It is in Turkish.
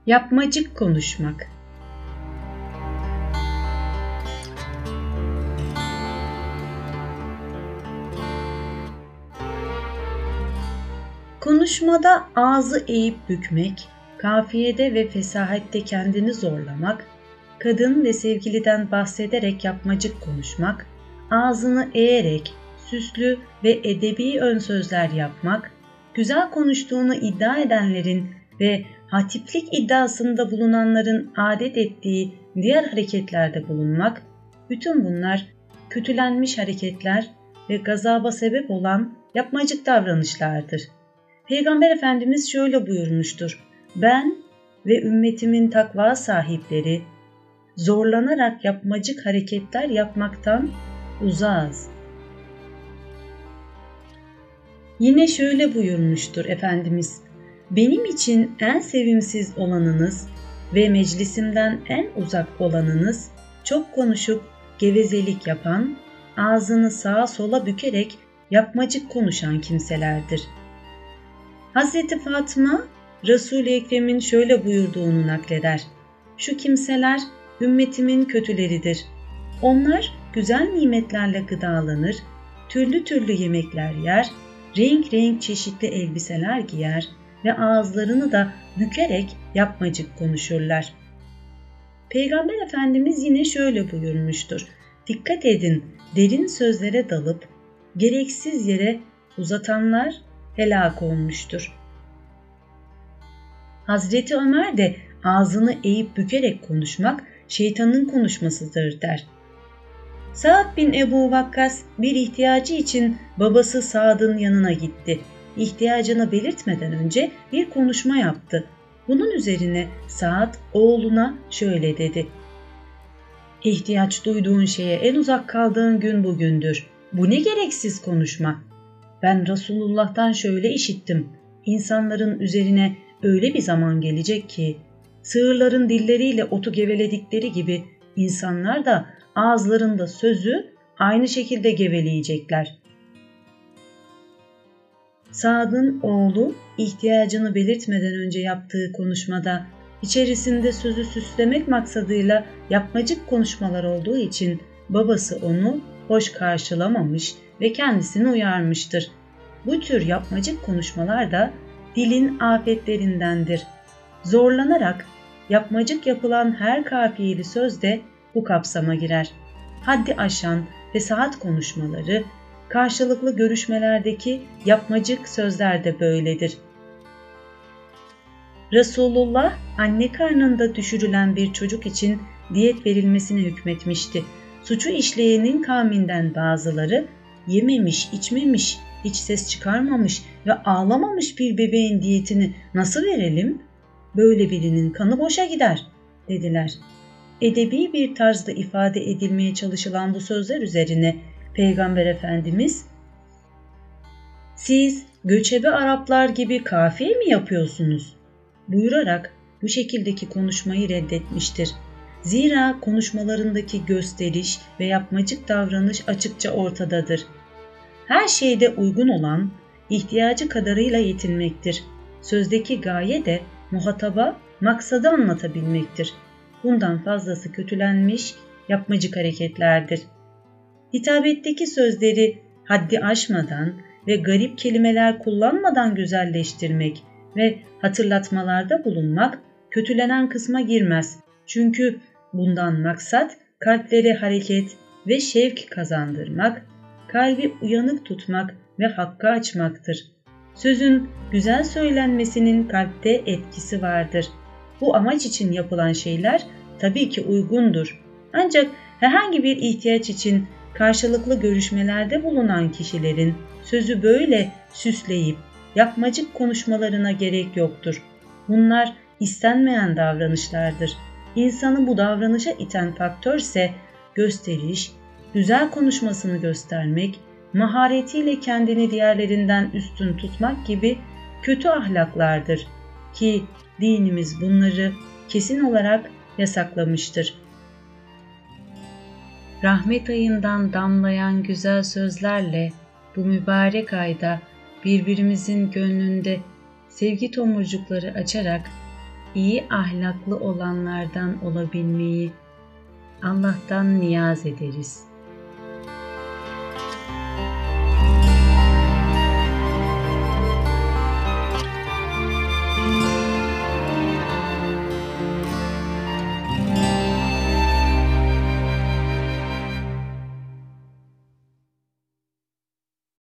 Yapmacık konuşmak. Konuşmada ağzı eğip bükmek, kafiyede ve fesahatte kendini zorlamak, kadın ve sevgiliden bahsederek yapmacık konuşmak, ağzını eğerek süslü ve edebi ön sözler yapmak, güzel konuştuğunu iddia edenlerin ve hatiplik iddiasında bulunanların adet ettiği diğer hareketlerde bulunmak, bütün bunlar kötülenmiş hareketler ve gazaba sebep olan yapmacık davranışlardır. Peygamber Efendimiz şöyle buyurmuştur: ben ve ümmetimin takva sahipleri zorlanarak yapmacık hareketler yapmaktan uzağız. Yine şöyle buyurmuştur Efendimiz: benim için en sevimsiz olanınız ve meclisimden en uzak olanınız çok konuşup gevezelik yapan, ağzını sağa sola bükerek yapmacık konuşan kimselerdir. Hazreti Fatıma, Resul-i Ekrem'in şöyle buyurduğunu nakleder: şu kimseler ümmetimin kötüleridir. Onlar güzel nimetlerle gıdalanır, türlü türlü yemekler yer, renk renk çeşitli elbiseler giyer ve ağızlarını da bükerek yapmacık konuşurlar. Peygamber Efendimiz yine şöyle buyurmuştur: dikkat edin, derin sözlere dalıp gereksiz yere uzatanlar helak olmuştur. Hazreti Ömer de ağzını eğip bükerek konuşmak şeytanın konuşmasıdır der. Sa'd bin Ebu Vakkas bir ihtiyacı için babası Sa'd'ın yanına gitti. İhtiyacını belirtmeden önce bir konuşma yaptı. Bunun üzerine Sa'd oğluna şöyle dedi: İhtiyaç duyduğun şeye en uzak kaldığın gün bugündür. Bu ne gereksiz konuşma. Ben Resulullah'tan şöyle işittim: İnsanların üzerine öyle bir zaman gelecek ki, sığırların dilleriyle otu geveledikleri gibi insanlar da ağızlarında sözü aynı şekilde geveleyecekler. Sa'd'ın oğlu ihtiyacını belirtmeden önce yaptığı konuşmada içerisinde sözü süslemek maksadıyla yapmacık konuşmalar olduğu için babası onu hoş karşılamamış ve kendisini uyarmıştır. Bu tür yapmacık konuşmalar da dilin afetlerindendir. Zorlanarak yapmacık yapılan her kafiyeli söz de bu kapsama girer. Haddi aşan fesahat konuşmaları, karşılıklı görüşmelerdeki yapmacık sözler de böyledir. Resulullah anne karnında düşürülen bir çocuk için diyet verilmesine hükmetmişti. Suçu işleyenin kavminden bazıları yememiş, içmemiş, hiç ses çıkarmamış ve ağlamamış bir bebeğin diyetini nasıl verelim? Böyle birinin kanı boşa gider dediler. Edebi bir tarzda ifade edilmeye çalışılan bu sözler üzerine Peygamber Efendimiz, siz göçebe Araplar gibi kafiye mi yapıyorsunuz? Buyurarak bu şekildeki konuşmayı reddetmiştir. Zira konuşmalarındaki gösteriş ve yapmacık davranış açıkça ortadadır. Her şeyde uygun olan ihtiyacı kadarıyla yetinmektir. Sözdeki gaye de muhataba maksadı anlatabilmektir. Bundan fazlası kötülenmiş yapmacık hareketlerdir. Hitabetteki sözleri haddi aşmadan ve garip kelimeler kullanmadan güzelleştirmek ve hatırlatmalarda bulunmak kötülenen kısma girmez. Çünkü bundan maksat kalplere hareket ve şevk kazandırmak, kalbi uyanık tutmak ve hakka açmaktır. Sözün güzel söylenmesinin kalpte etkisi vardır. Bu amaç için yapılan şeyler tabii ki uygundur. Ancak herhangi bir ihtiyaç için karşılıklı görüşmelerde bulunan kişilerin sözü böyle süsleyip yapmacık konuşmalarına gerek yoktur. Bunlar istenmeyen davranışlardır. İnsanı bu davranışa iten faktörse gösteriş, güzel konuşmasını göstermek, maharetiyle kendini diğerlerinden üstün tutmak gibi kötü ahlaklardır ki dinimiz bunları kesin olarak yasaklamıştır. Rahmet ayından damlayan güzel sözlerle bu mübarek ayda birbirimizin gönlünde sevgi tomurcukları açarak iyi ahlaklı olanlardan olabilmeyi Allah'tan niyaz ederiz.